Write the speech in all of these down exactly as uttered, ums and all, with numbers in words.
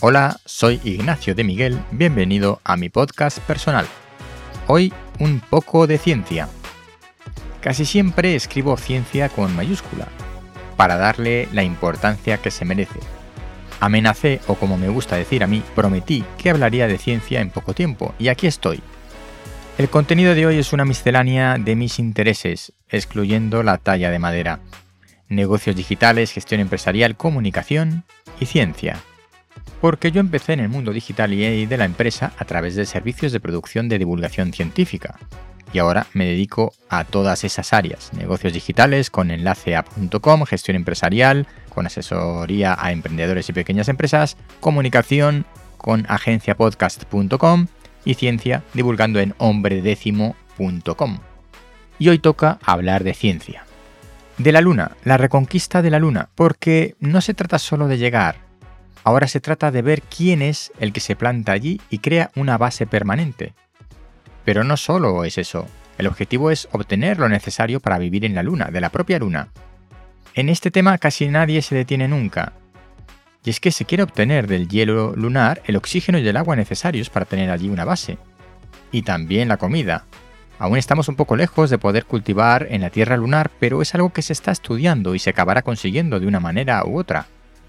Hola, soy Ignacio de Miguel, bienvenido a mi podcast personal. Hoy un poco de ciencia. Casi siempre escribo ciencia con mayúscula, para darle la importancia que se merece. Amenacé, o como me gusta decir a mí, prometí que hablaría de ciencia en poco tiempo, y aquí estoy. El contenido de hoy es una miscelánea de mis intereses, excluyendo la talla de madera. Negocios digitales, gestión empresarial, comunicación y ciencia. Porque yo empecé en el mundo digital y de la empresa a través de servicios de producción de divulgación científica. Y ahora me dedico a todas esas áreas. Negocios digitales con enlace a punto com, gestión empresarial con asesoría a emprendedores y pequeñas empresas, comunicación con agencia podcast punto com y ciencia divulgando en hombre décimo punto com. Y hoy toca hablar de ciencia. De la Luna, la reconquista de la Luna, porque no se trata solo de llegar. Ahora se trata de ver quién es el que se planta allí y crea una base permanente. Pero no solo es eso, el objetivo es obtener lo necesario para vivir en la Luna, de la propia Luna. En este tema casi nadie se detiene nunca. Y es que se quiere obtener del hielo lunar el oxígeno y el agua necesarios para tener allí una base. Y también la comida. Aún estamos un poco lejos de poder cultivar en la Tierra lunar, pero es algo que se está estudiando y se acabará consiguiendo de una manera u otra.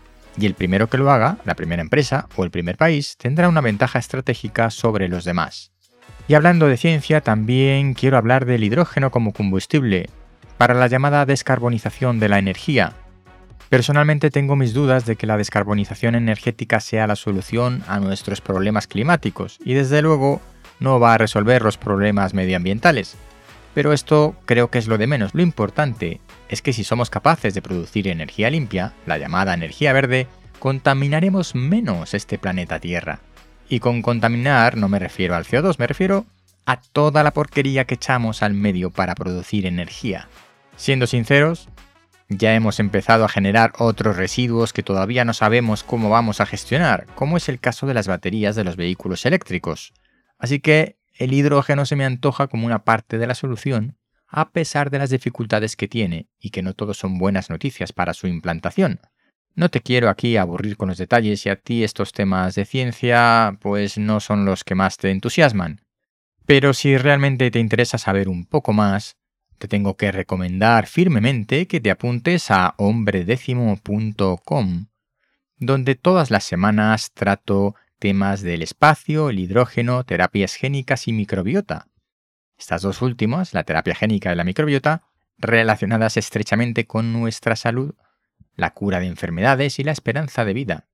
Y el primero que lo haga, la primera empresa o el primer país, tendrá una ventaja estratégica sobre los demás. Y hablando de ciencia, también quiero hablar del hidrógeno como combustible para la llamada descarbonización de la energía. Personalmente tengo mis dudas de que la descarbonización energética sea la solución a nuestros problemas climáticos y desde luego no va a resolver los problemas medioambientales. Pero esto creo que es lo de menos. Lo importante es que si somos capaces de producir energía limpia, la llamada energía verde, contaminaremos menos este planeta Tierra. Y con contaminar no me refiero al C O dos, me refiero a toda la porquería que echamos al medio para producir energía. Siendo sinceros, ya hemos empezado a generar otros residuos que todavía no sabemos cómo vamos a gestionar, como es el caso de las baterías de los vehículos eléctricos. Así que el hidrógeno se me antoja como una parte de la solución, a pesar de las dificultades que tiene y que no todo son buenas noticias para su implantación. No te quiero aquí aburrir con los detalles y a ti estos temas de ciencia pues no son los que más te entusiasman. Pero si realmente te interesa saber un poco más, te tengo que recomendar firmemente que te apuntes a hombre décimo punto com, donde todas las semanas trato temas del espacio, el hidrógeno, terapias génicas y microbiota. Estas dos últimas, la terapia génica y la microbiota, relacionadas estrechamente con nuestra salud, la cura de enfermedades y la esperanza de vida.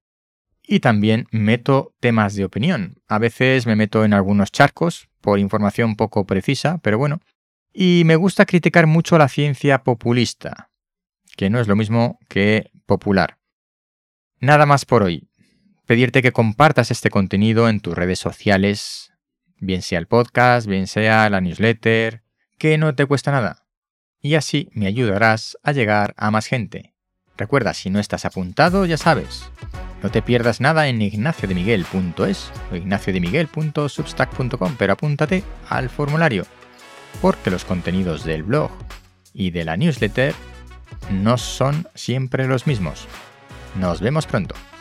Y también meto temas de opinión. A veces me meto en algunos charcos por información poco precisa, pero bueno. Y me gusta criticar mucho la ciencia populista, que no es lo mismo que popular. Nada más por hoy. Pedirte que compartas este contenido en tus redes sociales, bien sea el podcast, bien sea la newsletter, que no te cuesta nada. Y así me ayudarás a llegar a más gente. Recuerda, si no estás apuntado, ya sabes, no te pierdas nada en ignacio de miguel punto es o ignacio de miguel punto substack punto com, pero apúntate al formulario, porque los contenidos del blog y de la newsletter no son siempre los mismos. Nos vemos pronto.